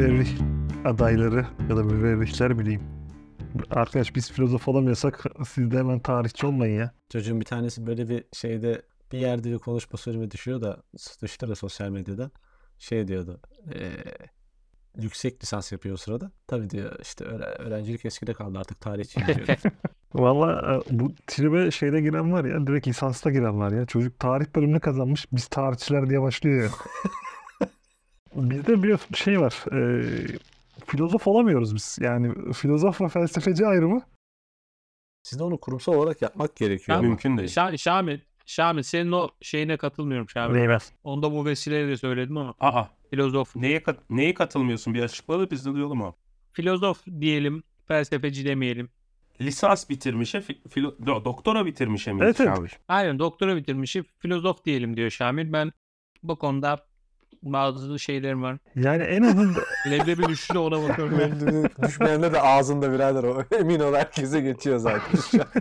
müverrih adayları ya da müverrihler bileyim. Arkadaş biz filozof olamıyorsak siz de hemen tarihçi olmayın ya. Çocuğun bir tanesi böyle bir şeyde bir yerde bir konuşma sözüme düştü da sosyal medyada şey diyordu. Yüksek lisans yapıyor o sırada. Tabii diyor işte öğrencilik eskide kaldı artık tarihçiyim diyor. Valla bu tribe şeyde giren var ya, direkt lisansta giren var ya. Çocuk tarih bölümünü kazanmış, biz tarihçiler diye başlıyor ya. Bizde bir şey var, filozof olamıyoruz biz. Yani filozof ve felsefeci ayrımı. Sizde onu kurumsal olarak yapmak gerekiyor ama. Mümkün değil. Şamil senin o şeyine katılmıyorum Şamil. Neymez. Onu da bu vesileyle de söyledim ama. Aa, Filozof. neye katılmıyorsun? Bir açıkladı biz de duyalım abi. Filozof diyelim, felsefeci demeyelim. Lisans bitirmişe, doktora bitirmişe mi? Evet, evet. Şamil? Aynen doktora bitirmişim, filozof diyelim diyor Şamil. Ben bu konuda bazı şeylerim var. Yani en azından Leblebi düştü de ona bakıyorum. Düşmeyenler de ağzında birader o. Emin ol herkese geçiyor zaten.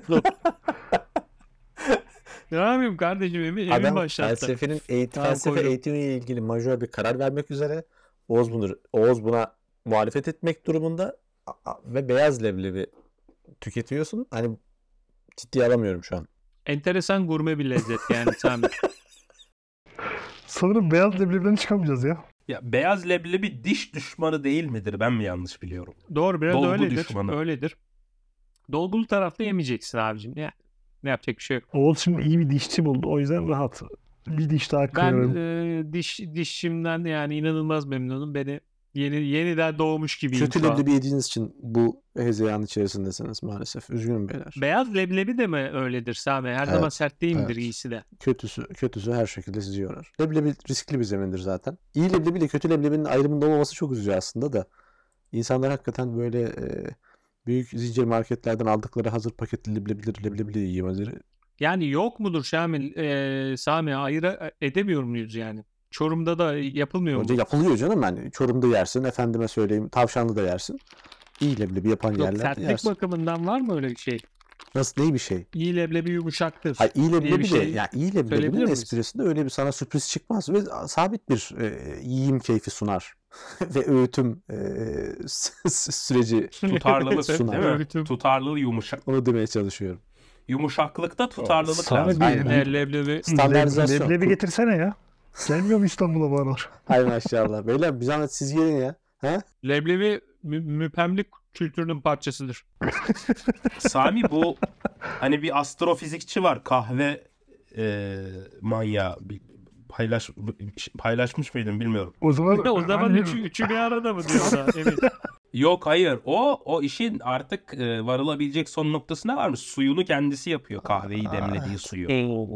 Ne yapayım kardeşim, emin Adam başlattı. felsefe koydum. eğitimiyle ilgili majör bir karar vermek üzere. Oğuz buna muhalefet etmek durumunda ve beyaz leblebi tüketiyorsun. Hani ciddiye alamıyorum şu an. Enteresan gurme bir lezzet yani Sami. sanırım beyaz leblebiden çıkamayacağız ya. Ya beyaz leblebi diş düşmanı değil midir? Ben mi yanlış biliyorum? Doğru, biraz Dolgu öyledir. düşmanı. Öyledir. Dolgulu tarafta yemeyeceksin abicim. Ya, ne yapacak bir şey yok. Oğuz şimdi iyi bir dişçi buldu, o yüzden rahat. Bir diş daha Ben kırıyorum. dişimden yani inanılmaz memnunum. Beni yeniden doğmuş gibiyim Kötü şu an. leblebi yediğiniz için bu hezeyan içerisindesiniz maalesef. Üzgünüm beyler. Beyaz leblebi de mi öyledir Sami? Her Evet, zaman sert değil midir evet. iyisi de? Kötüsü her şekilde sizi yorar. Leblebi riskli bir zemindir zaten. İyi leblebi ile kötü leblebinin ayrımında olmaması çok üzücü aslında da. İnsanlar hakikaten böyle büyük zincir marketlerden aldıkları hazır paketli leblebileri yiyemeleri. Yani yok mudur Şamil? Sami ayıra edemiyor muyuz yani? Çorum'da da yapılmıyor mu? Önce yapılıyor canım yani. Çorum'da yersin, efendime söyleyeyim Tavşanlı'da yersin. İyi leblebi yapan Yok, yerlerde sertlik yersin. bakımından var mı öyle bir şey? Nasıl, ney bir şey? İyi leblebi yumuşaktır. Hayır, iyi diye leblebi bir de şey yani iyi söyleyebilir leblebinin miyiz? esprisinde öyle bir sana sürpriz çıkmaz ve sabit bir yiyim keyfi sunar ve öğütüm süreci Tutarlılık sunar. değil mi? Öğütüm. Tutarlılık, yumuşak. Onu demeye çalışıyorum. Yumuşaklıkta tutarlılık Sana lazım. bir Aynen. Leblebi. Standartizasyon. Leblebi getirsene ya. Gelmiyor mu İstanbul'a bu aralar? Hay maşallah. Beyler bir zahmet siz gelin ya. Ha? Leblebi müpemlik kültürünün parçasıdır. Sami, bu hani bir astrofizikçi var, kahve manyağı. Paylaşmış mıydım bilmiyorum. O zaman O zaman üçü bir arada mı diyor da emin. Yok, hayır, o işin artık varılabilecek son noktasına varmış. Suyunu kendisi yapıyor, kahveyi demlediği suyu.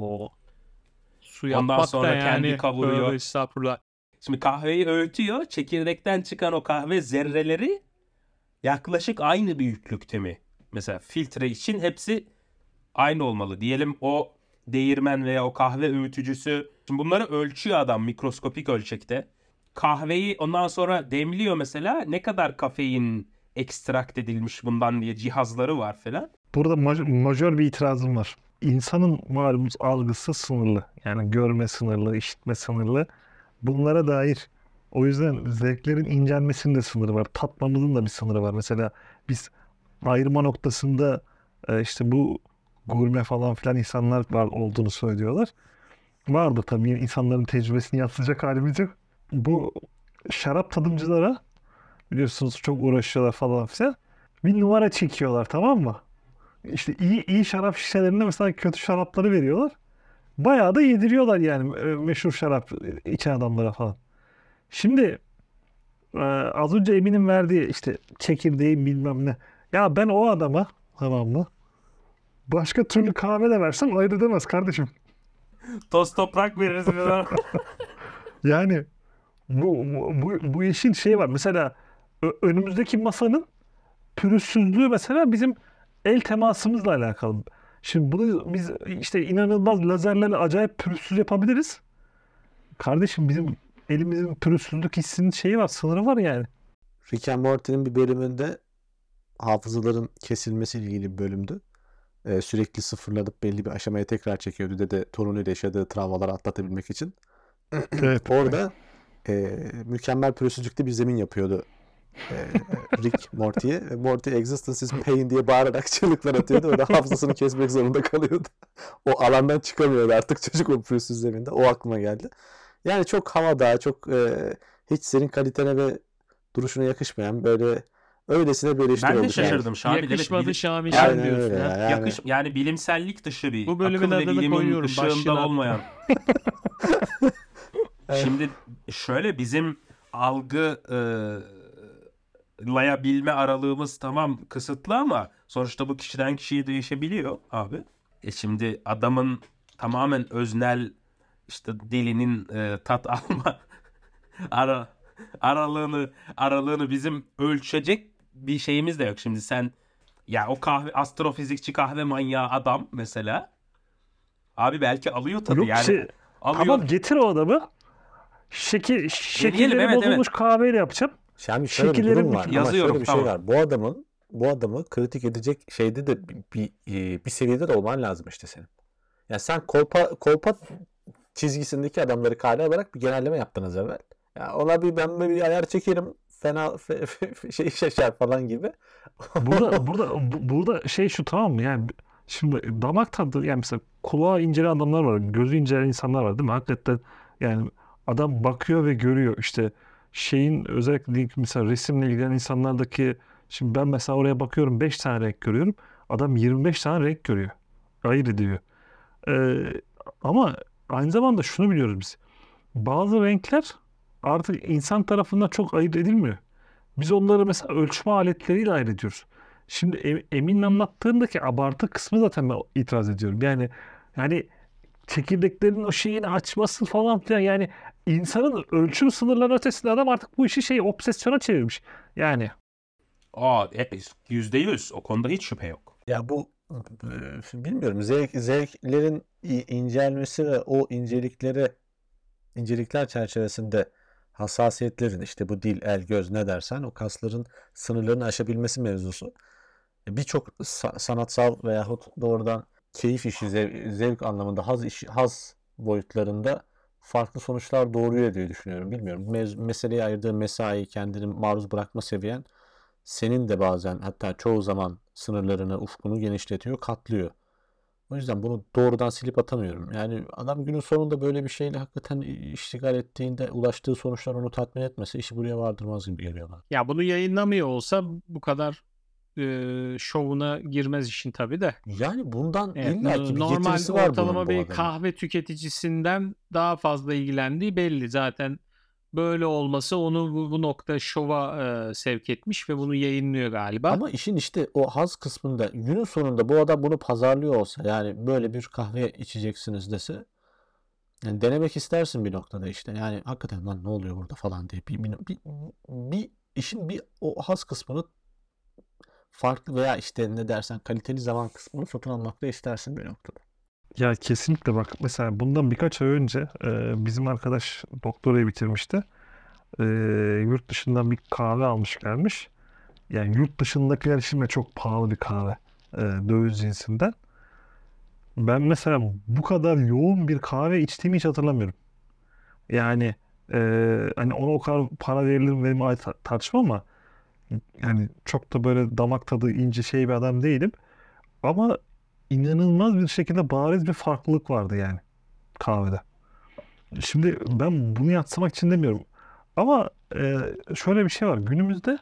Su Ondan yapmak sonra da yani. kendi kavuruyor. Tövbe estağfurullah. Şimdi kahveyi öğütüyor. Çekirdekten çıkan o kahve zerreleri yaklaşık aynı büyüklükte mi? Mesela filtre için hepsi aynı olmalı. Diyelim o değirmen veya o kahve öğütücüsü. Şimdi bunları ölçüyor adam mikroskopik ölçekte. Kahveyi ondan sonra demliyor mesela. Ne kadar kafein ekstrakt edilmiş bundan diye cihazları var falan. burada majör bir itirazım var. İnsanın malumuz algısı sınırlı. Yani görme sınırlı, işitme sınırlı. Bunlara dair. O yüzden zevklerin incelmesinin de sınırı var. Tatmamızın da bir sınırı var. Mesela biz ayırma noktasında işte bu gurme falan filan insanlar var olduğunu söylüyorlar. Vardır tabii, insanların tecrübesini yadsıyacak halimiz yok. Bu şarap tadımcılara biliyorsunuz çok uğraşıyorlar falan filan. Bir numara çekiyorlar, tamam mı? İşte iyi şarap şişelerinde mesela kötü şarapları veriyorlar. Bayağı da yediriyorlar yani meşhur şarap içen adamlara falan. Şimdi az önce Emin'in verdiği işte çekirdeği bilmem ne. Ya ben o adama, tamam mı, başka türlü kahve de versem ayırt edemez kardeşim. Toz toprak veririz falan. Yani bu işin şeyi var. Mesela önümüzdeki masanın pürüzsüzlüğü mesela bizim el temasımızla alakalı. Şimdi bunu biz işte inanılmaz lazerlerle acayip pürüzsüz yapabiliriz. Kardeşim bizim elimizin pürüzsüzlük hissinin şeyi var, sınırı var yani. Rick and Morty'nin bir bölümünde hafızaların kesilmesiyle ilgili bir bölümdü. Sürekli sıfırlanıp belli bir aşamaya tekrar çekiyordu dede torunuyla yaşadığı travmaları atlatabilmek için. Evet. Orada mükemmel pürüzsüzlükte bir zemin yapıyordu Rick Morty'ye. Morty "Existence is pain" diye bağırarak çığlıklar atıyordu. O da hafızasını kesmek zorunda kalıyordu. O alandan çıkamıyordu artık çocuk o pürüzsüz zeminde. O aklıma geldi. Yani çok havada, çok hiç senin kalitene ve duruşuna yakışmayan böyle öylesine bir eleştiri Ben de oldu. şaşırdım Şamil. Evet, Yakışmadı Şamil Aynen diyorsun öyle ha. ya. Yani yani bilimsellik dışı bir, Bu bölümün akıl ve adını bilimin koyuyorum, ışığında başlığına. olmayan. Şimdi şöyle bizim algılayabilme aralığımız tamam kısıtlı ama sonuçta bu kişiden kişiye değişebiliyor abi. Şimdi adamın tamamen öznel işte dilinin tat alma aralığını bizim ölçecek bir şeyimiz de yok. Şimdi sen ya o astrofizikçi kahve manyağı adam mesela abi belki alıyor tadı Yok yani alıyor. Tamam, getir o adamı. Şekilleri evet, bozulmuş kahveyle yapacağım. Şimdi şöyle bir Şekillerin durum var. bir- Ama Yazıyorum, şöyle bir şey tamam. var. Bu adamı kritik edecek şeyde de bir seviyede de olman lazım işte senin. Yani sen kolpa çizgisindeki adamları kale alarak bir genelleme yaptın az evvel. Ya ona ben bir ayar çekerim, fena şey şaşar falan gibi. Burada şey şu, tamam mı? Yani şimdi damak tadı, yani mesela kulağı inceleyen adamlar var, gözü inceleyen insanlar var değil mi? Hakikaten yani adam bakıyor ve görüyor işte şeyin, özellikle mesela resimle ilgilenen insanlardaki, şimdi ben mesela oraya bakıyorum 5 tane renk görüyorum. Adam 25 tane renk görüyor. Ayırt ediyor. Ee, Ama aynı zamanda şunu biliyoruz biz. Bazı renkler artık insan tarafından çok ayırt edilmiyor. Biz onları mesela ölçme aletleriyle ayırt ediyoruz. Şimdi Emin'in anlattığındaki abartı kısmı zaten ben itiraz ediyorum. Yani çekirdeklerin o şeyini açması falan filan, yani insanın ölçüm sınırlarının ötesinde adam artık bu işi obsesyona çevirmiş. Yani %100 o konuda hiç şüphe yok. Ya bu bilmiyorum, zevklerin incelmesi ve o incelikler çerçevesinde hassasiyetlerin, işte bu dil, el, göz ne dersen, o kasların sınırlarını aşabilmesi mevzusu birçok sanatsal veyahut doğrudan keyif işi, zevk anlamında, haz boyutlarında farklı sonuçlar doğuruyor diye düşünüyorum. Bilmiyorum. Meseleye ayırdığın mesai, kendini maruz bırakma seviyen senin de bazen, hatta çoğu zaman sınırlarını, ufkunu genişletiyor, katlıyor. O yüzden bunu doğrudan silip atamıyorum. Yani adam günün sonunda böyle bir şeyle hakikaten iştigal ettiğinde ulaştığı sonuçlar onu tatmin etmese işi buraya vardırmaz gibi geliyor bana. Ya bunu yayınlamıyor olsa bu kadar şovuna girmez işin tabii de. Yani bundan Evet, illaki bir normal getirisi var ortalama bunun, bu bir adamın. kahve tüketicisinden daha fazla ilgilendiği belli. Zaten böyle olması onu bu nokta şova sevk etmiş ve bunu yayınlıyor galiba. Ama işin işte o haz kısmında günün sonunda bu adam bunu pazarlıyor olsa, yani böyle bir kahve içeceksiniz dese, yani denemek istersin bir noktada işte. Yani hakikaten lan ne oluyor burada falan diye bir işin bir o haz kısmını farklı veya işte ne dersen kaliteli zaman kısmını satın almak da istersin bir noktada. ya kesinlikle, bak mesela bundan birkaç ay önce bizim arkadaş doktorayı bitirmişti. Yurt dışından bir kahve almış gelmiş. Yani yurt dışındakiler için de çok pahalı bir kahve. Döviz cinsinden. Ben mesela bu kadar yoğun bir kahve içtiğimi hiç hatırlamıyorum. Yani hani ona o kadar para verilir mi verilmez ayrı tartışma ama yani çok da böyle damak tadı ince şey bir adam değilim. Ama inanılmaz bir şekilde bariz bir farklılık vardı yani kahvede. Şimdi ben bunu yadsımak için demiyorum. Ama şöyle bir şey var. Günümüzde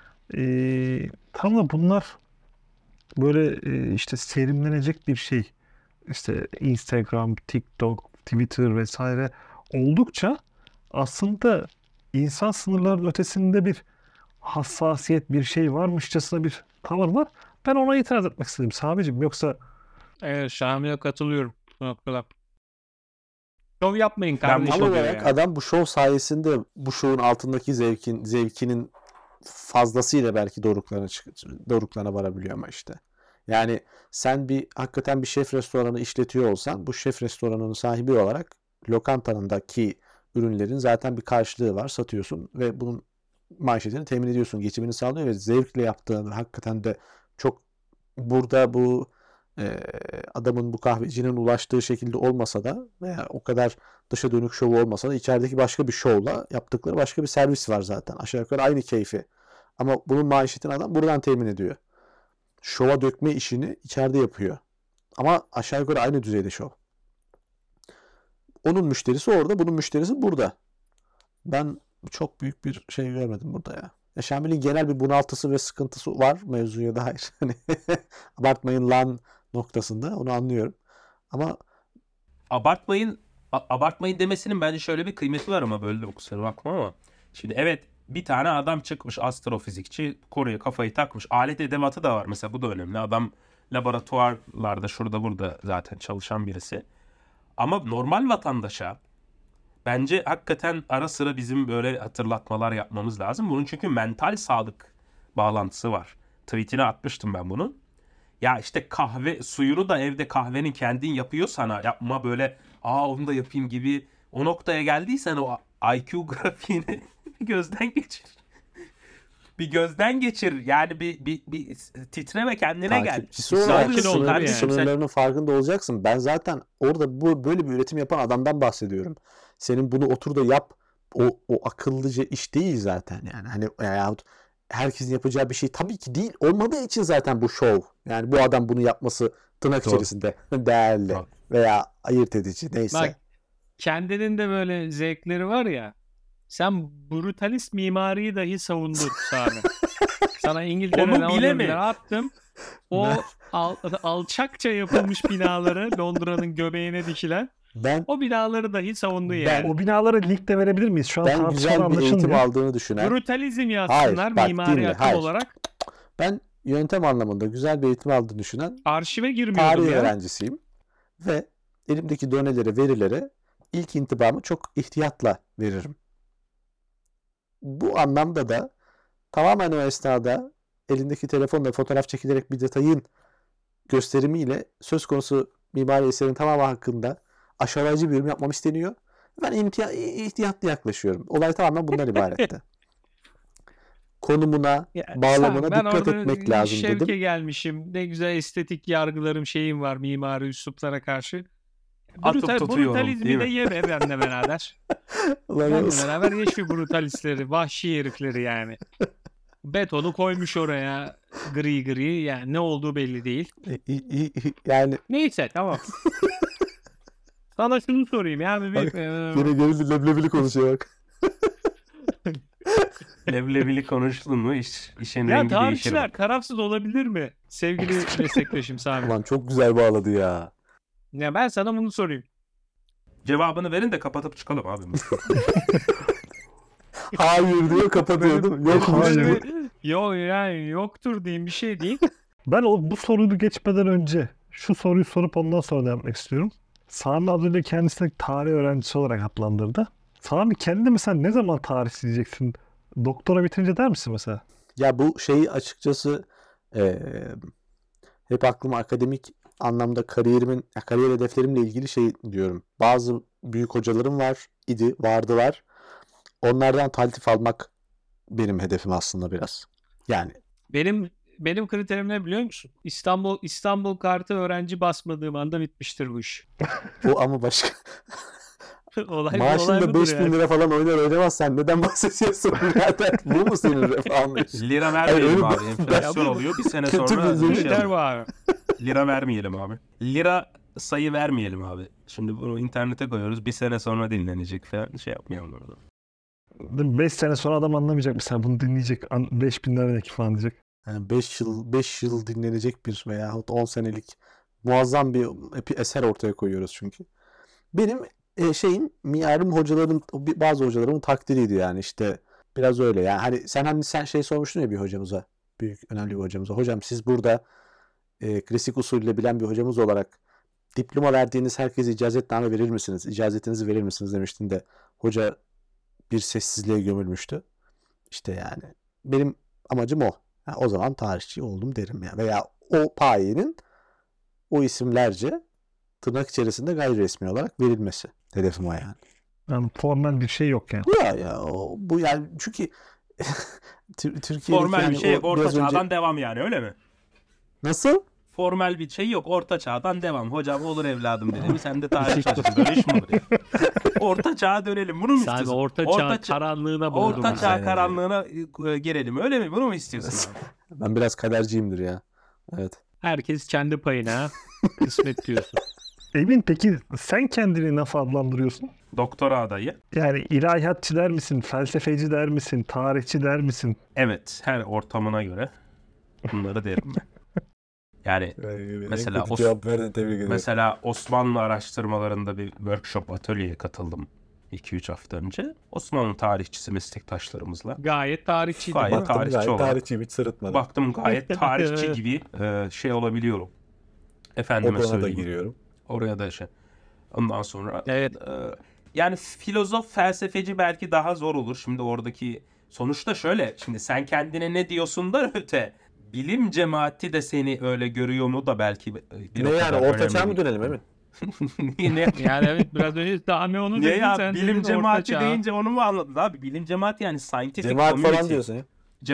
tam da bunlar böyle işte serinlenecek bir şey. İşte Instagram, TikTok, Twitter vesaire oldukça aslında insan sınırlarının ötesinde bir hassasiyet, bir şey varmışçasına bir tavır var. Ben ona itiraz etmek istedim Sabicim. Yoksa Evet, Şamil'e katılıyorum bu noktada. Şov yapmayın Ben bu kardeşim Tam diyor olarak yani. adam bu şov sayesinde bu şovun altındaki zevkinin fazlasıyla belki doruklarına varabiliyor ama işte. Yani sen hakikaten bir şef restoranı işletiyor olsan, bu şef restoranının sahibi olarak lokantanındaki ürünlerin zaten bir karşılığı var, satıyorsun ve bunun manşetini temin ediyorsun, geçimini sağlıyor ve zevkle yaptığın, hakikaten de çok burada bu adamın, bu kahvecinin ulaştığı şekilde olmasa da veya o kadar dışa dönük şovu olmasa da içerideki başka bir şovla yaptıkları başka bir servis var zaten. Aşağı yukarı aynı keyfi Ama bunun maaşetini adam buradan temin ediyor. Şova dökme işini içeride yapıyor. Ama aşağı yukarı aynı düzeyde şov. Onun müşterisi orada, bunun müşterisi burada. Ben çok büyük bir şey görmedim burada ya. Ya Şamil'in genel bir bunaltısı ve sıkıntısı var mevzuya dair. Hani abartmayın lan noktasında, onu anlıyorum. Ama Abartmayın demesinin bence şöyle bir kıymeti var ama böyle de kusura bakma ama. Şimdi evet, bir tane adam çıkmış, astrofizikçi, konuya kafayı takmış. Alet edevatı da var mesela, bu da önemli. Adam laboratuvarlarda şurada burada zaten çalışan birisi. Ama normal vatandaşa bence hakikaten ara sıra bizim böyle hatırlatmalar yapmamız lazım. Bunun çünkü mental sağlık bağlantısı var. Tweetini atmıştım ben bunun. Ya işte kahve suyunu da evde kahvenin kendin yapıyorsan yapma böyle onu da yapayım gibi o noktaya geldiysen o IQ grafiğini bir gözden geçir. Bir gözden geçir. Yani bir titre ve kendine gel. takipçisi olarak Sakin ol abi yani. sınırlarının farkında olacaksın. Ben zaten orada böyle bir üretim yapan adamdan bahsediyorum. Senin bunu otur da yap, o akıllıca iş değil zaten yani. Hani yahut herkesin yapacağı bir şey tabii ki değil. Olmadığı için zaten bu şov. Yani bu adam bunu yapması tırnak Doğru. içerisinde değerli Doğru. veya ayırt edici neyse. Bak, kendinin de böyle zevkleri var ya. Sen brutalist mimariyi dahi savundun Sami. Sana İngiltere'den Onu bile mi? attım. O alçakça yapılmış binaları, Londra'nın göbeğine dikilen, Ben o binaları dahi savundu yani. O binaları linkte verebilir miyiz? Şu an güzel tartışmalar bir eğitim anlaşılmıyor. aldığını düşünen, Brutalizm yazsınlar Hayır, bak, mimari dinle, akım hayır. olarak. ben yöntem anlamında güzel bir eğitim aldığını düşünen Arşive girmiyordum tarih ya. öğrencisiyim ve elimdeki donelere, verilere ilk intibamı çok ihtiyatla veririm. Bu anlamda da tamamen o esnada elindeki telefonla fotoğraf çekilerek bir detayın gösterimiyle söz konusu mimari eserin tamamı hakkında aşağılayıcı bir yorum yapmam isteniyor. Ben ihtiyatlı yaklaşıyorum. Olay tamamen bundan ibaretti. Konumuna, Ya, bağlamına ben dikkat orada etmek lazım şevke dedim. gelmişim. Ne güzel estetik yargılarım, şeyim var mimari üsluplara karşı. Atıp tutuyorum, Brutalizmi değil de mi? ye be benle beraber. Ulan Benle olsun. beraber ye şu brutalistleri, vahşi herifleri yani. Betonu koymuş oraya gri gri, yani ne olduğu belli değil. Yani Neyse, tamam. Sana şunu sorayım yani Bak, yine geri leblebili konuşuyor bak. Leblebili konuştun mu işin ya rengi değişir. tarihçiler bak. tarafsız olabilir mi? Sevgili meslektaşım Sami. Ulan çok güzel bağladı ya. Ya ben sana bunu sorayım. Cevabını verin de kapatıp çıkalım abi. Hayır diyor, kapatıyor değil mi? Yok hayır. Yok yani yoktur diyeyim, bir şey değil. Ben bu soruyu geçmeden önce şu soruyu sorup ondan sonra da yapmak istiyorum. Sami az önce kendisini tarih öğrencisi olarak adlandırdı. Sami kendi mesela ne zaman tarih isteyeceksin? Doktora bitirince der misin mesela? Ya bu şeyi açıkçası hep aklıma akademik anlamda kariyer hedeflerimle ilgili şey diyorum. Bazı büyük hocalarım vardılar. Onlardan taltif almak benim hedefim aslında biraz. Yani Benim kriterim ne biliyor musun? İstanbul kartı öğrenci basmadığım anda bitmiştir bu iş. bu ama başka. olay Maaşın da budur 5.000 yani. lira falan oynar oynamaz. Sen neden bahsediyorsun birader? Bu mu senin refahın? Lira vermeyelim Hayır, abi. Enflasyon Ya bu- oluyor. Bir sene Kötü sonra bir şey Yeter yapalım. bu abi. Lira vermeyelim abi. Lira sayı vermeyelim abi. Şimdi bunu internete koyuyoruz. Bir sene sonra dinlenecek falan. Şey yapmayalım orada. 5 sene sonra adam anlamayacak mesela bunu dinleyecek. 5.000 lira ne ki falan diyecek. Yani 5 yıl dinlenecek bir veyahut 10 senelik muazzam bir eser ortaya koyuyoruz çünkü. Benim mimarım bazı hocalarımın takdiriydi yani işte biraz öyle. Yani hani sen şey sormuştun ya bir hocamıza, büyük önemli bir hocamıza. Hocam siz burada klasik usulle bilen bir hocamız olarak diploma verdiğiniz herkese icazetname verir misiniz? İcazetinizi verir misiniz demiştin de hoca bir sessizliğe gömülmüştü. İşte yani benim amacım o. Ha, o zaman tarihçi oldum derim ya. Veya o payenin o isimlerce tırnak içerisinde gayri resmi olarak verilmesi. Hedefim o yani. Yani formal bir şey yok yani. Bu yani çünkü Türkiye'deki Formal yani bir şey yok. o Orta biraz önce- çağdan devam yani, öyle mi? Nasıl? Formal bir şey yok. Orta çağdan devam. Hocam olur evladım dedi mi? Sen de tarih çalışın. Böyle iş mi olur ya? Orta çağa dönelim. Bunu mu Sen istiyorsun? orta çağ karanlığına buldun. Orta bizi. çağ Aynen. karanlığına girelim. Öyle mi? Bunu mu istiyorsun? Ben biraz kaderciyimdir ya. Evet. Herkes kendi payına kısmet diyorsun. Emin, peki sen kendini nasıl adlandırıyorsun? Doktora adayı. Yani ilahiyatçı der misin, felsefeci der misin, tarihçi der misin? Evet. Her ortamına göre bunları derim ben. Yani Mesela kötü cevap verdin, tebrik ederim. mesela Osmanlı araştırmalarında bir workshop, atölyeye katıldım 2-3 hafta önce. Osmanlı tarihçisi meslektaşlarımızla. Gayet tarihçiydi. Gayet değil mi? tarihçi gayet olarak. tarihçiyim, hiç sırıtmadım. Baktım gayet tarihçi gibi şey olabiliyorum. Efendime Odana da söyleyeyim. giriyorum. Oraya da şey. Ondan sonra Evet. yani filozof, felsefeci belki daha zor olur. Şimdi oradaki sonuçta şöyle. Şimdi sen kendine ne diyorsun da öte. Bilim cemaati de seni öyle görüyor mu da belki bir Ne o yani, kadar orta çağ önemli mı dönelim Emin? değil. Ne? Yani evet, biraz önce Sami onu Niye dedin, ya? sen Bilim dedin cemaati orta çağ. deyince onu mu anladın abi? Bilim cemaati yani scientific Cemaat community. falan diyorsun ya.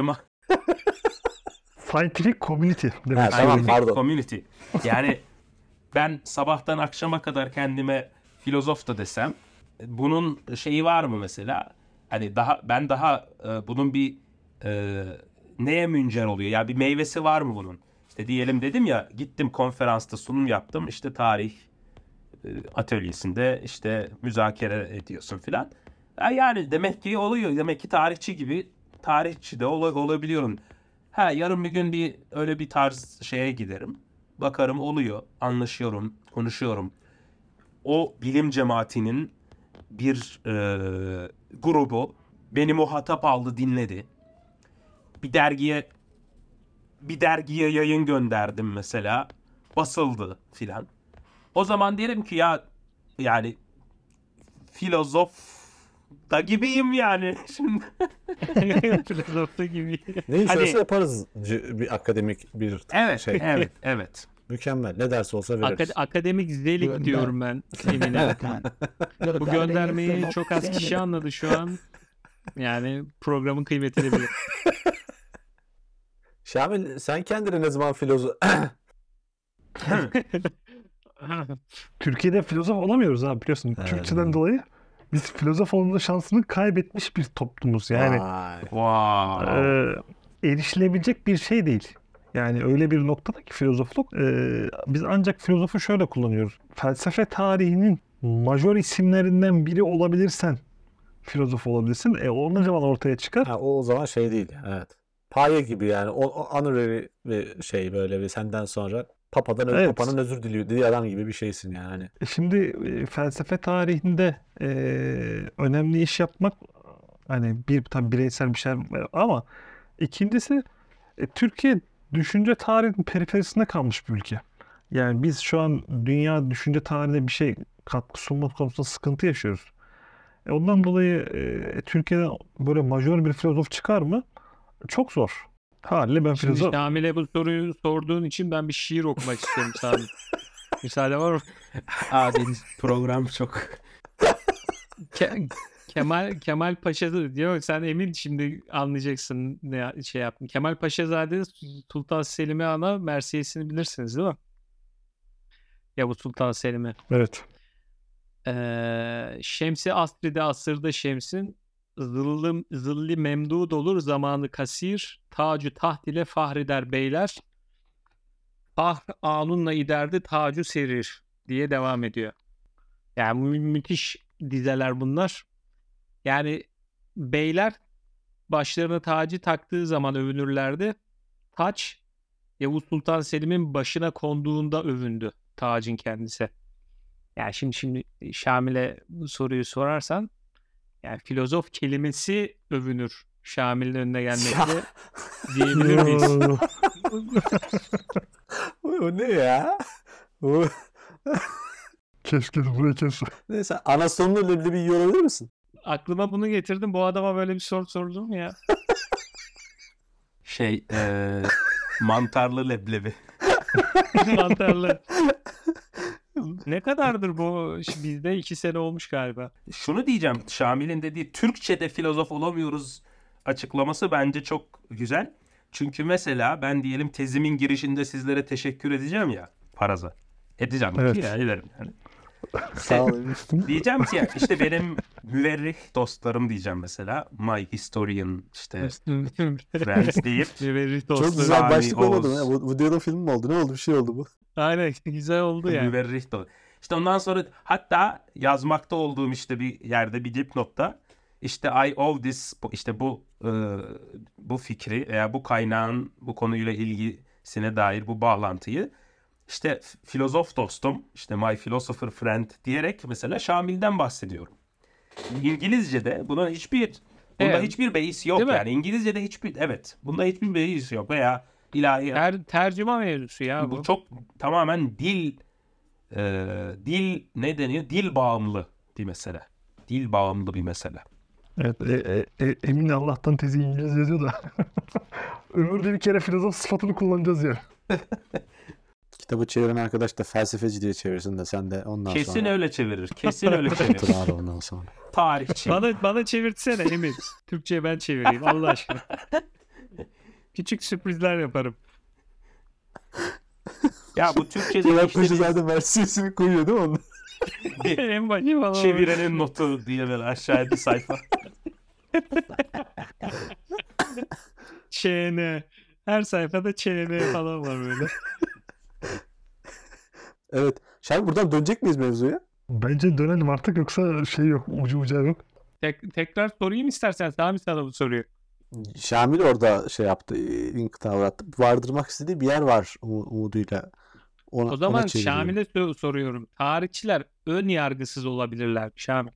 Scientific community demek. Ha, tamam, Scientific pardon. community. Yani ben sabahtan akşama kadar kendime filozof da desem bunun şeyi var mı mesela? Hani daha bunun bir neye müncer oluyor? Ya bir meyvesi var mı bunun? İşte diyelim dedim ya, gittim konferansta sunum yaptım. İşte tarih atölyesinde işte müzakere ediyorsun filan. Yani demek ki oluyor. Demek ki tarihçi de olabiliyorum. Yarın bir gün öyle bir tarz şeye giderim. Bakarım oluyor. Anlaşıyorum. Konuşuyorum. O bilim cemaatinin bir grubu beni muhatap aldı, dinledi. Bir dergiye yayın gönderdim mesela. Basıldı filan. O zaman derim ki yani filozof da gibiyim yani. Şimdi Filozofta gibi. Ne iş Hani- olsa yaparız, bir akademik bir evet, şey. evet. Mükemmel. Ne derse olsa veririz. Akademik zelik diyorum ben Emin'e. Bu göndermeyi çok az kişi anladı şu an. Yani programın kıymetini bilir. Şamil, sen kendine ne zaman filozof... Türkiye'de filozof olamıyoruz abi, biliyorsun. Evet. Türkçeden dolayı biz filozof olma şansını kaybetmiş bir toplumuz. Yani Vay. Wow. erişilebilecek bir şey değil. Yani öyle bir noktada ki filozofluk, biz ancak filozofu şöyle kullanıyoruz. Felsefe tarihinin majör isimlerinden biri olabilirsen filozof olabilirsin. O ne zaman ortaya çıkar? Ha, o zaman şey değil. Evet. Paye gibi yani. O honorary bir şey, böyle bir senden sonra Evet. papanın özür diliyor diye adam gibi bir şeysin yani. Hani. Şimdi felsefe tarihinde önemli iş yapmak, hani tabii bireysel bir şey ama ikincisi Türkiye düşünce tarihinin periferisinde kalmış bir ülke. Yani biz şu an dünya düşünce tarihine bir şey katkı sunma konusunda sıkıntı yaşıyoruz. Ondan dolayı Türkiye'den böyle majör bir filozof çıkar mı? Çok zor. Haliyle ben Şimdi filozof... Şamil'e bu soruyu sorduğun için ben bir şiir okumak istiyorum Sami. Müsaade var mı? Deniz program çok. Kemal Paşa diyor. Sen Emin şimdi anlayacaksın ne şey yaptım. Kemal Paşazade Sultan Selim'e ana Mersiyesini bilirsiniz değil mi? Yavuz Sultan Selim'i. Evet. Şemsi asride asırda Şems'in zilli memdud olur zamanı kasir, tacu taht ile fahreder beyler, fahr anunla iderdi tacu serir diye devam ediyor. Yani müthiş dizeler bunlar. Yani beyler başlarına tacı taktığı zaman övünürlerdi. Taç Yavuz Sultan Selim'in başına konduğunda övündü tacın kendisi. Yani şimdi Şamil'e bu soruyu sorarsan, yani filozof kelimesi övünür Şamil'in önüne gelmekle diyebilir miyiz? O ne ya? Bu... Keşke burayı kes. Neyse, anasonlu leblebi yiyor olabilir misin? Aklıma bunu getirdim. Bu adama böyle bir soru sorulur mu ya? Mantarlı leblebi. Mantarlı. Ne kadardır bu? Bizde 2 sene olmuş galiba. Şunu diyeceğim, Şamil'in dediği Türkçe'de filozof olamıyoruz açıklaması bence çok güzel. Çünkü mesela ben diyelim tezimin girişinde sizlere teşekkür edeceğim ya, paraza. Edeceğim Evet. ya, ederim yani. Sağ olun. Diyeceğim ki işte benim müverrih dostlarım diyeceğim mesela. My historian işte friends deyip Müverrit Çok olsun. güzel Sami başlık olmadı mı? Oğuz. Ya? Bu Diyalog film mi oldu? Ne oldu? Bir şey oldu bu. Aynen güzel oldu yani. müverrih de. İşte ondan sonra hatta yazmakta olduğum işte bir yerde bir dipnotta işte I owe this işte bu fikri veya bu kaynağın bu konuyla ilgisine dair bu bağlantıyı işte filozof dostum işte my philosopher friend diyerek mesela Şamil'den bahsediyorum. İngilizce'de bunda Evet. hiçbir beis yok Değil mi? yani. İngilizce'de bunda hiçbir beis yok veya ilahi Tercüme mevzusu ya bu bu. çok tamamen dil ne deniyor? Dil bağımlı bir mesele. Dil bağımlı bir mesele. Evet, emin Allah'tan tezi İngilizce yazıyor da. Ömürde bir kere filozof sıfatını kullanacağız ya. Kitabı çeviren arkadaş da felsefeci diye çevirsin de sen de ondan Kesin sonra. öyle çevirir. Kesin öyle çevirir. Otur abi ondan sonra. Tarihçi. Bana çevirtsene Emir. Türkçe ben çevireyim Allah aşkına. Küçük sürprizler yaparım. Ya bu Türkçe'de Cevap işte başı bir zaten versiyonu koyuyor değil mi onu? En başı falan. çevirenin notu diye böyle aşağıya bir sayfa. ÇN. Her sayfada ÇN falan var böyle. Evet. Şahin buradan dönecek miyiz mevzuya? Bence dönelim artık yoksa şey yok, ucu bucağı yok. Tekrar sorayım istersen Sami sana bu soruyu. Şamil orada şey yaptı, inkıta uğrattı. Vardırmak istediği bir yer var umuduyla. O zaman ona çeviriyor. Şamil'e soruyorum. Tarihçiler ön yargısız olabilirler Şamil.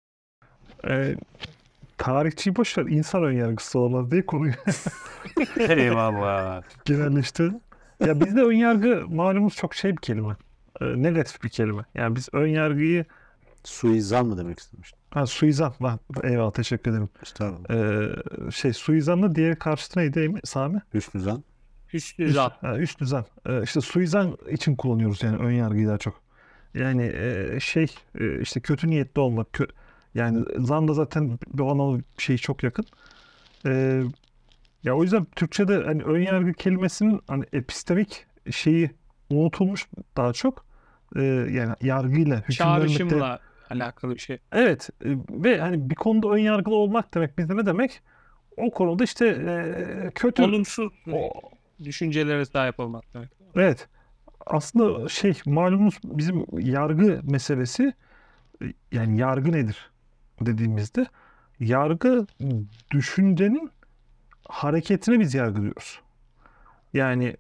Tarihçiyi boş ver, insan önyargısı olamaz diye konuyu Eyvallah. genelleşti. Ya bizde önyargı malumuz çok şey bir kelime. Negatif bir kelime. Yani biz önyargıyı Suizan mı demek istemiştim? suizan. Eyvallah, teşekkür ederim. İşte Suizanla diğer karşıtı neydi Sami? Hüsnü zan. Hüsnü zan. Üst düzen. İşte suizan için kullanıyoruz yani ön yargıyı daha çok. Yani işte kötü niyetli olmak. Yani zan da zaten bu anlamda şey çok yakın. E, Ya o yüzden Türkçe'de hani ön yargı kelimesinin hani epistemik şeyi unutulmuş daha çok. Yani yargıyla, hüküm vermekte. Çağrışımla alakalı bir şey. Evet, ve hani bir konuda ön yargılı olmak demek bizde ne demek? O konuda işte kötü. Olumsuz O- düşüncelere sahip olmak demek. Evet. Aslında malumunuz bizim yargı meselesi, yani yargı nedir dediğimizde yargı düşüncenin hareketine biz yargılıyoruz. Yani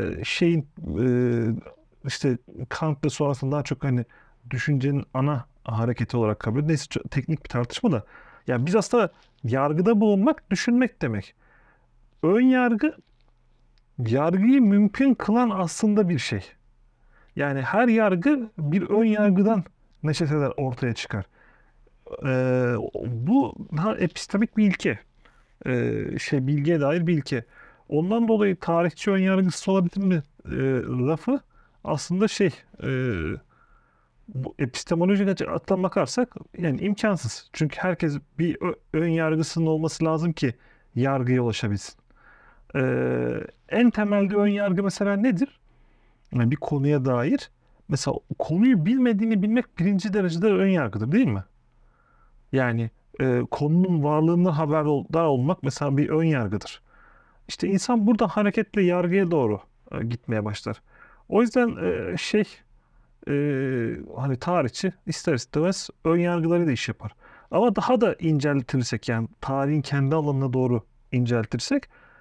işte Kant ve sonrasında daha çok hani düşüncenin ana hareketi olarak kabul ediyor. Neyse, teknik bir tartışma da. Yani biz aslında yargıda bulunmak düşünmek demek. Ön yargıyı mümkün kılan aslında bir şey. Yani her yargı bir ön yargıdan neşet eder, ortaya çıkar. Bu daha epistemik bir ilke. Bilgiye dair bir ilke. Ondan dolayı tarihçi ön yargısı olabilir mi lafı aslında bu epistemolojik açıdan bakarsak yani imkansız. Çünkü herkes bir ön yargısının olması lazım ki yargıya ulaşabilsin. En temelde ön yargı mesela nedir? Yani bir konuya dair mesela konuyu bilmediğini bilmek birinci derecede ön yargıdır, değil mi? Yani konunun varlığından haberdar olmak mesela bir ön yargıdır. İşte insan burada hareketle yargıya doğru gitmeye başlar. O yüzden hani tarihçi ister istemez ön yargılarıyla iş yapar. Ama daha da inceltirsek, yani tarihin kendi alanına doğru inceltirsek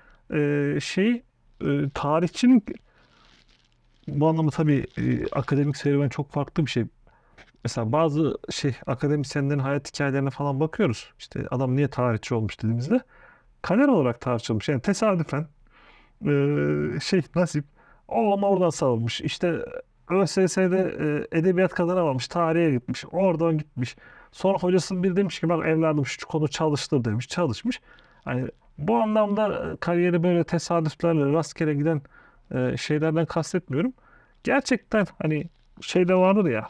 tarihçinin bu anlamda tabii akademik serüven çok farklı bir şey. Mesela bazı akademisyenlerin hayat hikayelerine falan bakıyoruz. İşte adam niye tarihçi olmuş dediğimizde kader olarak tarihçi olmuş. Yani tesadüfen nasip o ona oradan savulmuş. İşte ÖSS'de edebiyat kazanamamış. Tarihe gitmiş. Oradan gitmiş. Sonra hocasının biri demiş ki bak evladım şu konu çalıştır demiş. Çalışmış. Hani bu anlamda kariyeri böyle tesadüflerle rastgele giden şeylerden kastetmiyorum. Gerçekten hani şeyde vardır ya,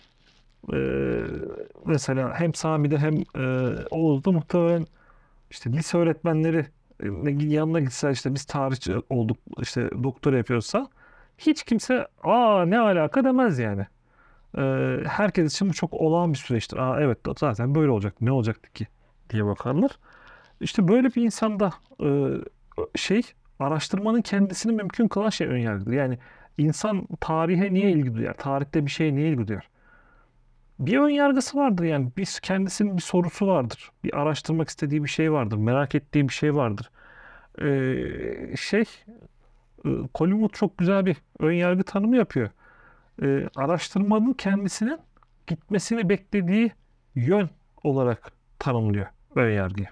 mesela hem Sami'de hem Oğuz'da muhtemelen işte lise öğretmenleri yanına gitse, işte biz tarihçi olduk, işte doktora yapıyorsa hiç kimse aa ne alaka demez yani. Herkes için bu çok olağan bir süreçtir. Aa, evet zaten böyle olacak. Ne olacaktı ki diye bakarlar. İşte böyle bir insanda araştırmanın kendisini mümkün kılan şey önyargıdır. Yani insan tarihe niye ilgi duyar? Tarihte bir şeye niye ilgi duyar? Bir ön yargısı vardır yani. Kendisinin bir sorusu vardır. Bir araştırmak istediği bir şey vardır. Merak ettiği bir şey vardır. Ee, şey Collingwood çok güzel bir ön yargı tanımı yapıyor. Araştırmanın kendisinin gitmesini beklediği yön olarak tanımlıyor ön yargıyı.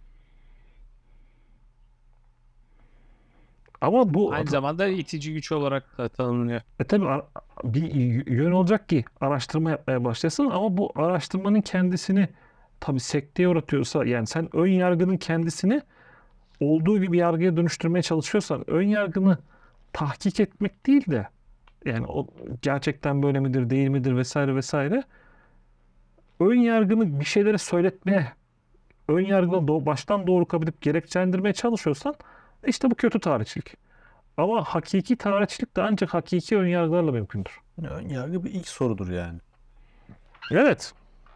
Ama bu Aynı zamanda itici güç olarak da tanımlanıyor. tabii bir yön olacak ki araştırma yapmaya başlasın ama bu araştırmanın kendisini tabii sekteye uğratıyorsa yani sen ön yargının kendisini olduğu gibi yargıya dönüştürmeye çalışıyorsan ön yargını tahkik etmek değil de yani o gerçekten böyle midir değil midir vesaire vesaire ön yargını bir şeylere söyletmeye ön yargını baştan doğru kabul edip gerekçelendirmeye çalışıyorsan işte bu kötü tarihçilik. Ama hakiki tarihçilik de ancak hakiki ön yargılarla mümkündür. Ön yargı bir ilk sorudur yani. Evet.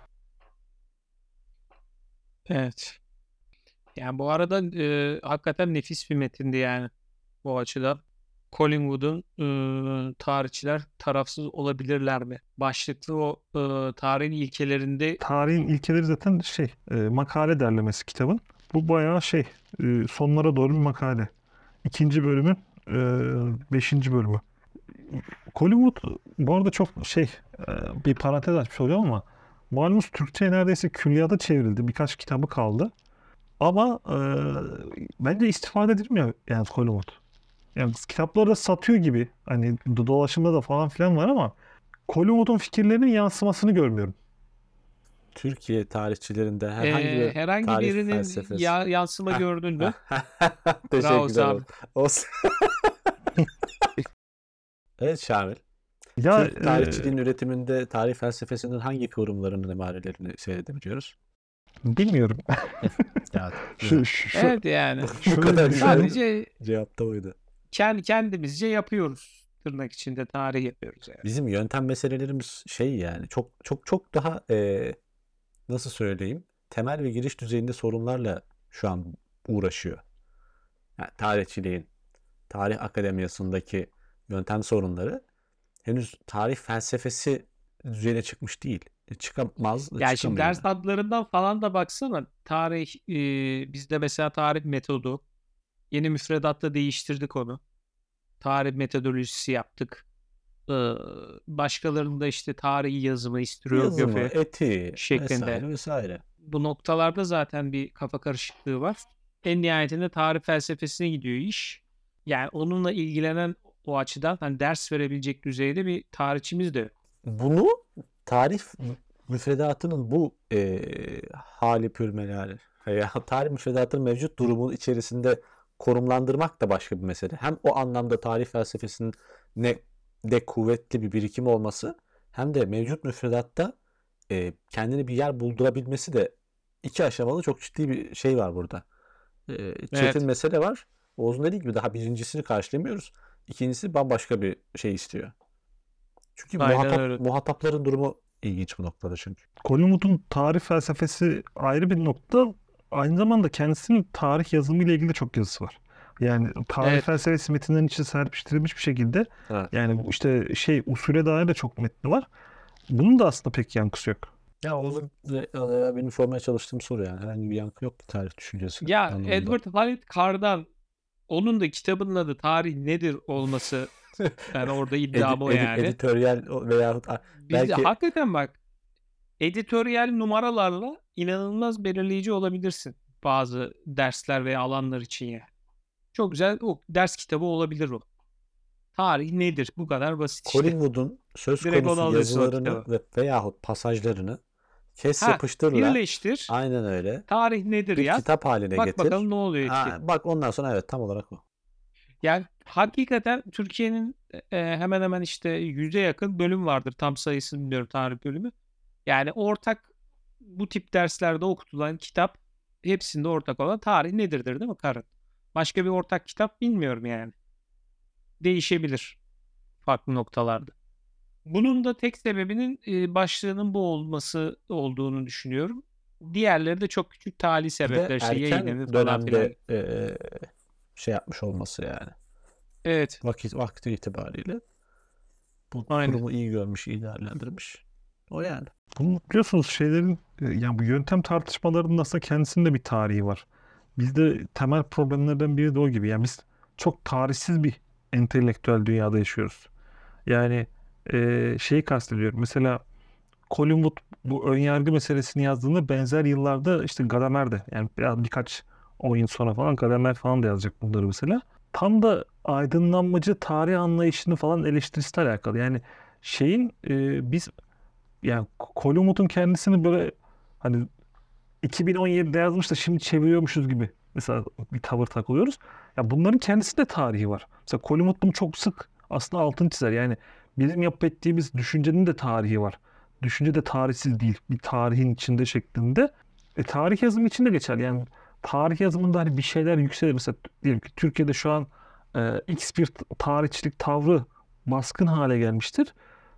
Evet. Yani bu arada hakikaten nefis bir metindi yani bu açıdan. Collingwood'un tarihçiler tarafsız olabilirler mi? Başlıklı o tarihin ilkelerinde Tarihin ilkeleri zaten makale derlemesi kitabın. Bu bayağı sonlara doğru bir makale. İkinci bölümün 5. bölümü. Collingwood bu arada çok bir parantez açmış olacağım ama malumunuz Türkçe'ye neredeyse külliyata çevrildi. Birkaç kitabı kaldı. Ama bence istifade edilmiyor yani Collingwood. Yani kitapları da satıyor gibi. Hani dolaşımda da falan filan var ama Collingwood'un fikirlerinin yansımasını görmüyorum. Türkiye tarihçilerinde herhangi bir herhangi tarih birinin felsefesi. yansıma gördün mü? Bravo Teşekkürler. Sami. Olsun. Evet Şamil. Ya Türk tarihçiliğin üretiminde tarih felsefesinin hangi kıvrımlarının emarelerini seyredebiliyoruz? bilmiyorum. Ya, Evet yani. bu kadar güzel Sadece cevap da buydu. kendimizce yapıyoruz. Tırnak içinde tarih yapıyoruz yani. Bizim yöntem meselelerimiz yani çok çok çok daha nasıl söyleyeyim, temel ve giriş düzeyinde sorunlarla şu an uğraşıyor. Yani tarihçiliğin, tarih akademiyasındaki yöntem sorunları henüz tarih felsefesi düzeyine çıkmış değil. Çıkamaz, Yani şimdi çıkamıyor. ders adlarından falan da baksana. Tarih, bizde mesela tarih metodu. Yeni müfredatta değiştirdik onu. Tarih metodolojisi yaptık. Başkalarında işte tarihi yazımı, Yazımı, historiografi etiği şeklinde. vesaire vesaire. Bu noktalarda zaten bir kafa karışıklığı var. En nihayetinde tarih felsefesine gidiyor iş. Yani onunla ilgilenen o açıdan hani ders verebilecek düzeyde bir tarihçimiz de yok. Bunu tarih müfredatının bu hali pürmelali veya tarih müfredatının mevcut durumun içerisinde konumlandırmak da başka bir mesele. Hem o anlamda tarih felsefesinin ne de kuvvetli bir birikim olması hem de mevcut müfredatta kendini bir yer buldurabilmesi de iki aşamalı çok ciddi bir şey var burada. Çetin Evet. mesele var. Oğuz'un dediği gibi daha birincisini karşılamıyoruz. İkincisi bambaşka bir şey istiyor. Çünkü Aynen öyle. muhatapların durumu ilginç bu noktada çünkü. Collingwood'un tarih felsefesi ayrı bir nokta. Aynı zamanda kendisinin tarih yazımı ile ilgili de çok yazısı var. Yani tarih Evet. felsefesi metinlerin içine serpiştirilmiş bir şekilde. Evet. Yani bu işte usule dair de çok metni var. Bunun da aslında pek yankısı yok. Ya Oğuz'un benim sormaya çalıştığım soru yani. Herhangi bir yankı yok ki tarih düşüncesi Ya anlamında. Edward Halit Carr'dan onun da kitabının adı Tarih Nedir olması yani orada iddiamı o yani. Editoryal veyahut Bizde belki hakikaten bak editoryal numaralarla inanılmaz belirleyici olabilirsin bazı dersler veya alanlar için ya. Çok güzel o ders kitabı olabilir o. Tarih nedir? Bu kadar basit işte. Collingwood'un söz Direkt onu konusu alıyorsun o yazılarını kitabı. veyahut pasajlarını kes Ha, yapıştırla. birleştir. Aynen öyle. Tarih nedir Bir yaz. kitap haline Bak getir. bakalım ne oluyor etki. Bak ondan sonra evet tam olarak o. Yani hakikaten Türkiye'nin hemen hemen işte 100'e yakın bölüm vardır. Tam sayısını bilmiyorum tarih bölümü. Yani ortak bu tip derslerde okutulan kitap hepsinde ortak olan tarih nedirdir değil mi Karın? Başka bir ortak kitap bilmiyorum yani. Değişebilir farklı noktalarda. Bunun da tek sebebinin başlığının bu olması olduğunu düşünüyorum. Diğerleri de çok küçük tali Bir de sebepler. İşte yayın evi erken falan filan. dönemde şey yapmış olması yani. Evet. Vakti itibariyle bu Aynen. kurumu iyi görmüş, iyi değerlendirmiş. O yani. Bunu biliyorsunuz şeylerin yani bu yöntem tartışmalarının aslında kendisinde bir tarihi var. Bizde temel problemlerden biri de o gibi. Yani biz çok tarihsiz bir entelektüel dünyada yaşıyoruz. Yani şeyi kastediyorum. Mesela Colin Wood bu önyargı meselesini yazdığında benzer yıllarda işte Gadamer de yani birkaç 10 yıl sonra falan Gadamer falan da yazacak bunları mesela. Tam da aydınlanmacı tarih anlayışını falan eleştirisiyle alakalı. Yani şeyin biz yani Colin Wood'un kendisini böyle hani 2017'de yazmış da şimdi çeviriyormuşuz gibi mesela bir tavır takılıyoruz. Ya bunların kendisinde tarihi var. Mesela Colin Wood bunu çok sık aslında altını çizer. Yani bizim yapıp ettiğimiz düşüncenin de tarihi var. Düşünce de tarihsiz değil. Bir tarihin içinde şeklinde. Tarih yazımı için de geçerli. Yani tarih yazımında hani bir şeyler yükselir. Mesela diyelim ki Türkiye'de şu an X bir tarihçilik tavrı baskın hale gelmiştir.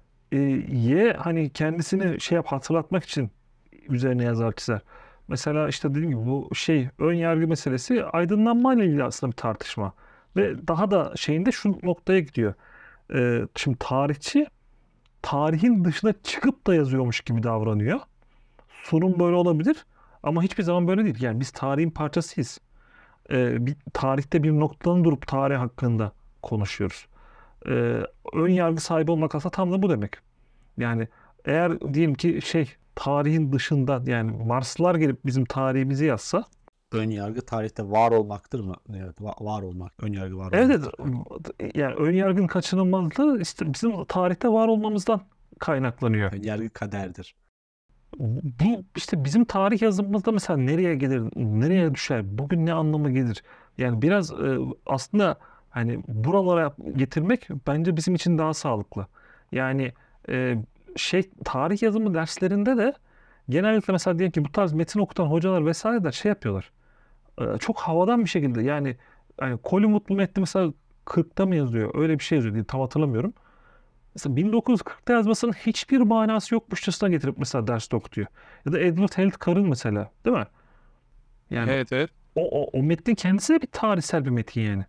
Hani kendisini hatırlatmak için üzerine yazar çizer. Mesela işte dediğim gibi bu ön yargı meselesi aydınlanmayla ilgili aslında bir tartışma. Ve daha da şeyinde şu noktaya gidiyor. Şimdi tarihçi tarihin dışına çıkıp da yazıyormuş gibi davranıyor. Sorun böyle olabilir ama hiçbir zaman böyle değil. Yani biz tarihin parçasıyız. Bir tarihte bir noktadan durup tarih hakkında konuşuyoruz. Ön yargı sahibi olmak aslında tam da bu demek. Yani eğer diyelim ki tarihin dışında yani Marslılar gelip bizim tarihimizi yazsa Ön yargı tarihte var olmaktır mı? Evet, var olmak. Ön yargı var evet, olmaktır. yani ön yargının kaçınılmazlığı işte bizim tarihte var olmamızdan kaynaklanıyor. Ön yargı kaderdir. Bu işte bizim tarih yazımımızda mesela nereye gelir, nereye düşer, bugün ne anlama gelir? Yani biraz aslında hani buralara getirmek bence bizim için daha sağlıklı. Yani e, tarih yazımı derslerinde de genellikle mesela diyelim ki bu tarz metin okutan hocalar vesaireler yapıyorlar. Çok havadan bir şekilde yani Colin Wood bu metni mesela 40'ta mı yazıyor? Öyle bir şey yazıyor diye tam hatırlamıyorum. Mesela 1940'ta yazmasının hiçbir manası yokmuşçasına getirip mesela derste okutuyor. Ya da Edward Heath Carr'ın mesela, değil mi? Yani Evet, evet. o metnin kendisi de bir tarihsel bir metin yani.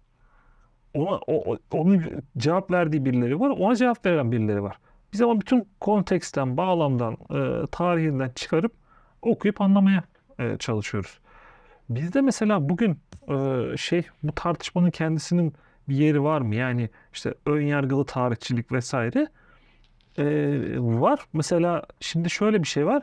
Onun cevap verdiği birileri var, ona cevap veren birileri var. Biz ama bütün konteksten, bağlamdan, tarihinden çıkarıp okuyup anlamaya çalışıyoruz. Bizde mesela bugün bu tartışmanın kendisinin bir yeri var mı? Yani işte ön yargılı tarihçilik vesaire. Var. Mesela şimdi şöyle bir şey var.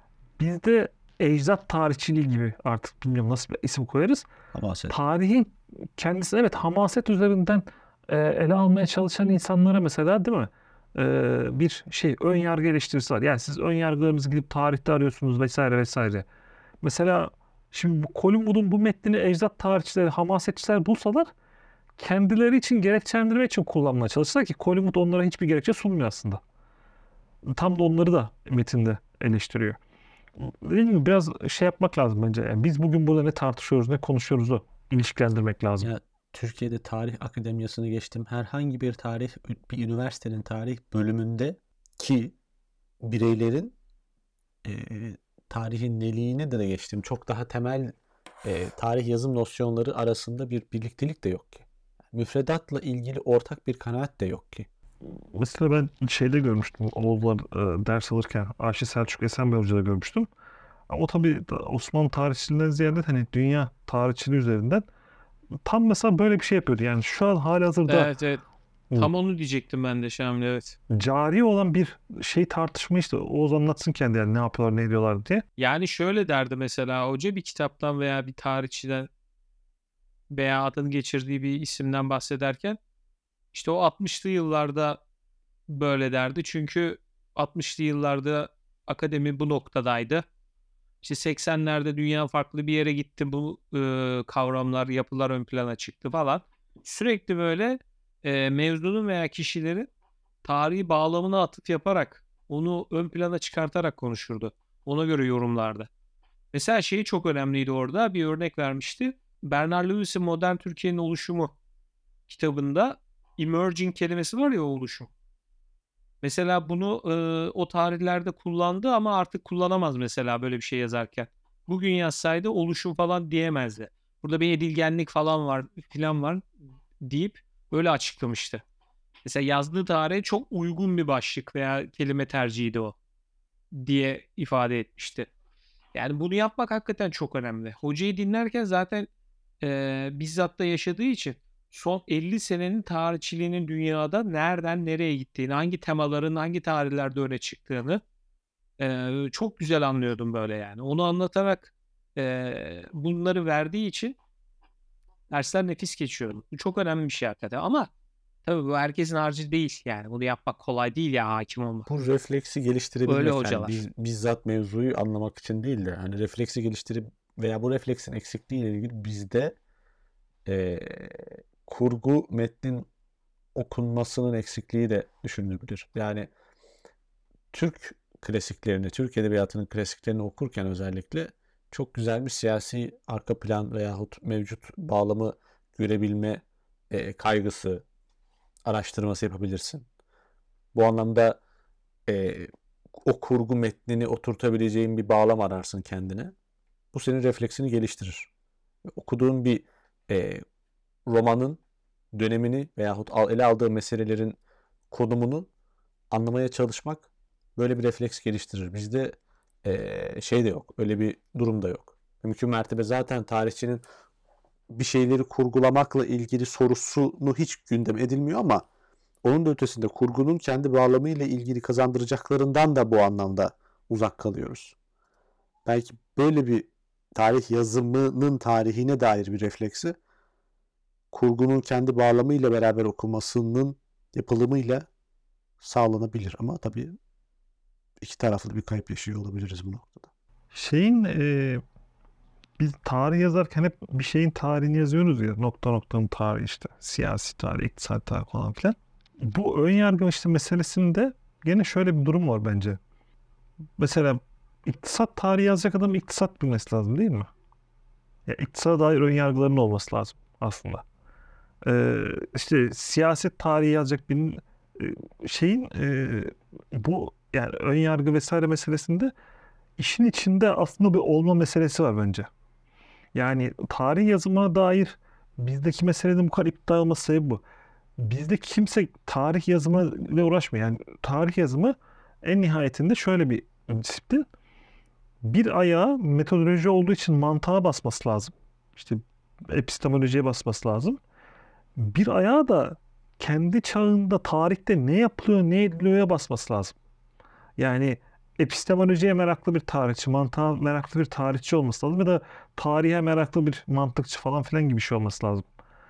Bizde ecdat tarihçiliği gibi artık bilmiyorum nasıl bir isim koyarız. Hamaset. Tarihin kendisi evet hamaset üzerinden ele almaya çalışan insanlara mesela değil mi? Bir ön yargı eleştirisi var. Yani siz ön yargılarınızı gidip tarihte arıyorsunuz vesaire vesaire. Mesela şimdi bu Colin Wood'un bu metnini ecdat tarihçileri, hamasetçiler bulsalar kendileri için gerekçelendirmek için kullanmaya çalışırlar ki Colin Wood onlara hiçbir gerekçe sunmuyor aslında. Tam da onları da metinde eleştiriyor. Dediğim gibi biraz yapmak lazım bence. Yani biz bugün burada ne tartışıyoruz, ne konuşuyoruz o ilişkilendirmek lazım. Ya Türkiye'de tarih akademiyasını geçtim. Herhangi bir bir üniversitenin tarih bölümünde ki bireylerin e, tarihin neliğini de geçtim. Çok daha temel tarih yazım nosyonları arasında bir birliktelik de yok ki. Müfredatla ilgili ortak bir kanaat de yok ki. Mesela ben görmüştüm. Oğullar ders alırken Arşi Selçuk Esenbey Hoca'da görmüştüm. O tabii Osmanlı tarihçiliğinden ziyade hani dünya tarihçiliği üzerinden tam mesela böyle bir şey yapıyordu. Yani şu an halihazırda Evet, evet. Tam onu diyecektim ben de Şamil, evet. cari olan bir tartışma işte. Oğuz anlatsın kendi yani ne yapıyorlar, ne ediyorlar diye. Yani şöyle derdi mesela hoca, bir kitaptan veya bir tarihçiden veya adını geçirdiği bir isimden bahsederken işte o 60'lı yıllarda böyle derdi. Çünkü 60'lı yıllarda akademi bu noktadaydı. İşte 80'lerde dünya farklı bir yere gitti. Bu kavramlar, yapılar ön plana çıktı falan. Sürekli böyle mevzunun veya kişilerin tarihi bağlamına atıf yaparak, onu ön plana çıkartarak konuşurdu. Ona göre yorumlardı. Mesela şeyi çok önemliydi orada. Bir örnek vermişti. Bernard Lewis'in Modern Türkiye'nin Oluşumu kitabında emerging kelimesi var ya, o oluşum. Mesela bunu o tarihlerde kullandı ama artık kullanamaz mesela böyle bir şey yazarken. Bugün yazsaydı oluşum falan diyemezdi. Burada bir edilgenlik falan var filan var deyip böyle açıklamıştı. Mesela yazdığı tarihe çok uygun bir başlık veya kelime tercihiydi o diye ifade etmişti. Yani bunu yapmak hakikaten çok önemli. Hocayı dinlerken zaten bizzat da yaşadığı için son 50 senenin tarihçiliğinin dünyada nereden nereye gittiğini, hangi temaların hangi tarihlerde öne çıktığını çok güzel anlıyordum böyle yani. Onu anlatarak bunları verdiği için dersler nefis geçiyorum. Bu çok önemli bir şey hakikaten ama tabii bu herkesin harcı değil yani. Bunu yapmak kolay değil ya hakim olmak. Bu refleksi geliştirebilmek Öyle yani hocalar. bizzat mevzuyu anlamak için değil de hani refleksi geliştirip veya bu refleksin eksikliğiyle ilgili bizde kurgu metnin okunmasının eksikliği de düşünülebilir. Yani Türk klasiklerini, Türk edebiyatının klasiklerini okurken özellikle çok güzel bir siyasi arka plan veyahut mevcut bağlamı görebilme kaygısı, araştırması yapabilirsin. Bu anlamda o kurgu metnini oturtabileceğin bir bağlam ararsın kendine. Bu senin refleksini geliştirir. Okuduğun bir romanın dönemini veyahut ele aldığı meselelerin konumunu anlamaya çalışmak böyle bir refleks geliştirir. Bizde şey de yok. Öyle bir durum da yok. Mümkün mertebe zaten tarihçinin bir şeyleri kurgulamakla ilgili sorusunu hiç gündem edilmiyor ama onun da ötesinde kurgunun kendi bağlamıyla ilgili kazandıracaklarından da bu anlamda uzak kalıyoruz. Belki böyle bir tarih yazımının tarihine dair bir refleksi kurgunun kendi bağlamıyla beraber okunmasının yapılımıyla sağlanabilir. Ama tabii iki taraflı bir kayıp yaşıyor olabiliriz bu noktada. Biz tarih yazarken hep bir şeyin tarihini yazıyoruz ya. Nokta noktanın tarihi işte. Siyasi tarih, iktisadi tarih falan filan. Bu ön yargı işte meselesinde gene şöyle bir durum var bence. Mesela iktisat tarihi yazacak adam iktisat bilmesi lazım değil mi? Ya iktisada dair ön yargıların olması lazım aslında. İşte siyaset tarihi yazacak birinin bu yani ön yargı vesaire meselesinde işin içinde aslında bir olma meselesi var bence. Yani tarih yazımına dair bizdeki meselenin bu kadar iptal olması sebebi bu. Bizde kimse tarih yazımıyla uğraşmıyor. Yani tarih yazımı en nihayetinde şöyle bir disiplin. Bir ayağı metodoloji olduğu için mantığa basması lazım. İşte epistemolojiye basması lazım. Bir ayağı da kendi çağında tarihte ne yapılıyor, ne ediliyor'a basması lazım. Yani epistemolojiye meraklı bir tarihçi, mantığa meraklı bir tarihçi olması lazım ya da tarihe meraklı bir mantıkçı falan filan gibi bir şey olması lazım.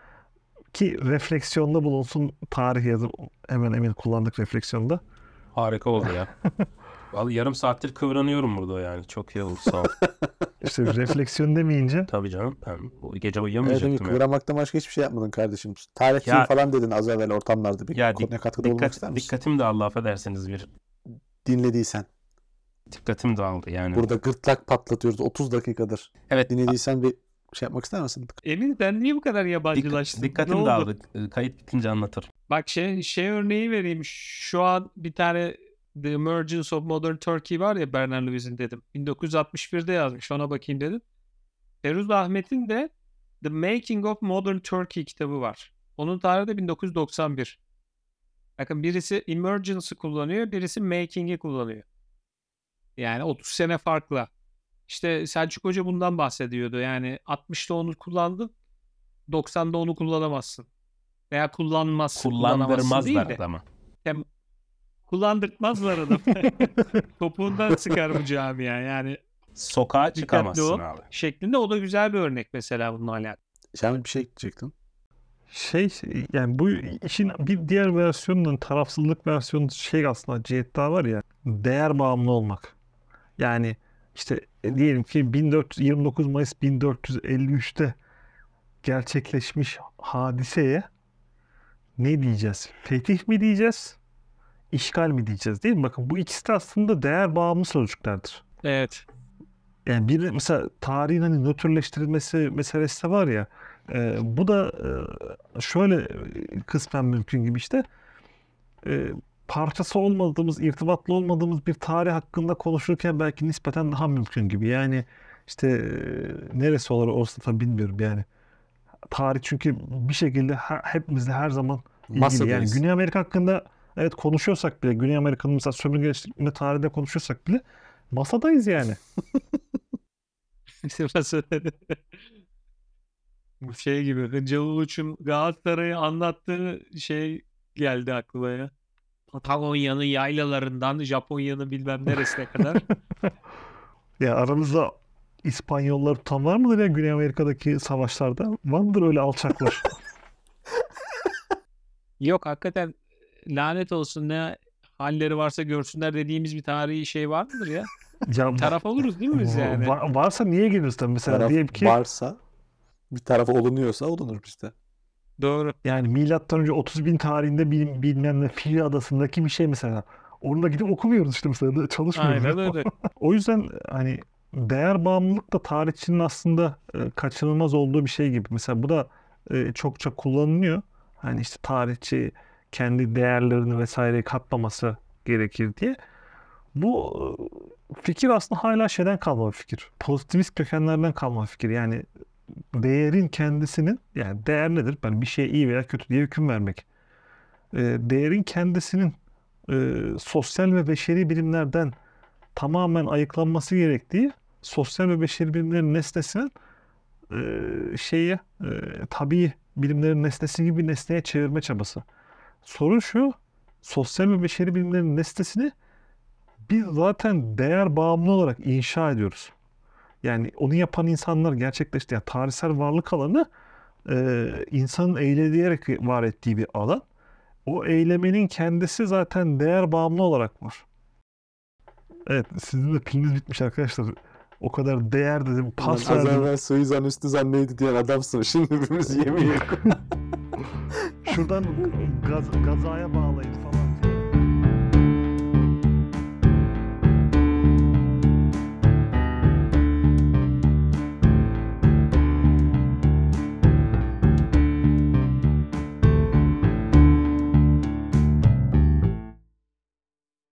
Ki refleksiyonda bulunsun tarih yazım. Hemen emin kullandık refleksiyonda. Harika oldu ya. Vallahi yarım saattir kıvranıyorum burada yani. Çok iyi oldu sağ ol. İşte refleksiyon demeyince Tabii canım. Ben bu gece Evet, uyuyamayacaktım ya. kıvramaktan başka hiçbir şey yapmadın kardeşim. Tarihçiyim Ya- falan dedin az evvel ortamlarda. Bir Ya konuya katkıda bulunmak ister misin? dikkatim dağıldı affedersiniz bir. Dinlediysen. Dikkatim dağıldı yani. Burada gırtlak patlatıyoruz 30 dakikadır. Evet. Dinlediysen bir şey yapmak ister misin? Emin sen niye bu kadar yabancılaştın? Ne Dikkatim oldu? dağıldı. Kayıt bitince anlatırım. Bak şey örneği vereyim. Şu an bir tane The Emergence of Modern Turkey var ya Bernard Lewis'in dedim. 1961'de yazmış. Ona bakayım dedim. Feruz Ahmet'in de The Making of Modern Turkey kitabı var. Onun tarihi de 1991. Bakın birisi Emergence'ı kullanıyor, birisi Making'i kullanıyor. Yani 30 sene farkla. İşte Selçuk Hoca bundan bahsediyordu. Yani 60'da onu kullandın, 90'da onu kullanamazsın. Veya kullanamazsın değil Kullandırmazlar de. adamı. Kullandırtmazlar adamı. Topuğundan sıkar bu camia. Yani Sokağa dikkatli çıkamazsın ol abi. şeklinde. O da güzel bir örnek mesela bununla alakalı. Şamil bir şey diyecektin. yani bu işin bir diğer versiyonunun tarafsızlık versiyonu aslında cihet daha var ya, değer bağımlı olmak. Yani işte diyelim ki 29 Mayıs 1453'te gerçekleşmiş hadiseye ne diyeceğiz? Fetih mi diyeceğiz? İşgal mi diyeceğiz değil mi? Bakın bu ikisi de aslında değer bağımlı sözcüklerdir. Evet. Yani bir mesela tarihin hani nötrleştirilmesi meselesi de var ya, bu da şöyle kısmen mümkün gibi işte. parçası olmadığımız, irtibatlı olmadığımız bir tarih hakkında konuşurken belki nispeten daha mümkün gibi. Yani işte neresi olur orası tabii bilmiyorum yani. Tarih çünkü bir şekilde hepimizle her zaman ilgili. Yani Masadayız. Güney Amerika hakkında evet konuşuyorsak bile, Güney Amerika'nın mesela sömürgeleştirme tarihinde konuşuyorsak bile masadayız yani. Mesela bu şey gibi Hıncal Uluç'un Galatasaray'ı anlattığı şey geldi aklıma ya. Patagonya'nın yaylalarından Japonya'nın bilmem neresine kadar. Ya aramızda İspanyollar tutan var mıdır ya Güney Amerika'daki savaşlarda? Var mıdır öyle alçaklar? Yok hakikaten lanet olsun ne halleri varsa görsünler dediğimiz bir tarihi şey var mıdır ya? Ya Taraf oluruz değil mi biz yani? varsa niye giriyoruz tabii mesela Taraf diyelim ki varsa, bir taraf olunuyorsa olunur bizde. Doğru. yani milattan önce 30.000 tarihinde bilmem ne Fili Adası'ndaki bir şey mesela. Onu da gidip okumuyoruz işte mesela çalışmıyoruz. Aynen öyle. O yüzden hani değer bağımlılık da tarihçinin aslında kaçınılmaz olduğu bir şey gibi. Mesela bu da çokça kullanılıyor. Hani işte tarihçi kendi değerlerini vesaireyi katlaması gerekir diye. Bu fikir aslında hala şeyden kalma bir fikir. Pozitivist kökenlerden kalma bir fikir. Yani değerin kendisinin, yani değer nedir? Ben bir şeye iyi veya kötü diye hüküm vermek. Değerin kendisinin sosyal ve beşeri bilimlerden tamamen ayıklanması gerektiği, sosyal ve beşeri bilimlerin nesnesinin tabii bilimlerin nesnesi gibi bir nesneye çevirme çabası. Sorun şu, sosyal ve beşeri bilimlerin nesnesini biz zaten değer bağımlı olarak inşa ediyoruz. Yani onu yapan insanlar gerçekleşti. Yani tarihsel varlık alanı insanın eyleyerek var ettiği bir alan. O eylemenin kendisi zaten değer bağımlı olarak var. Evet, sizin de piliniz bitmiş arkadaşlar. O kadar değer dedim, pas Az verdim. evvel Suizan üstü zanneydi diyen adamsın. Şimdi birbirimizi yemeyelim. Şuradan gazaya bağlayın.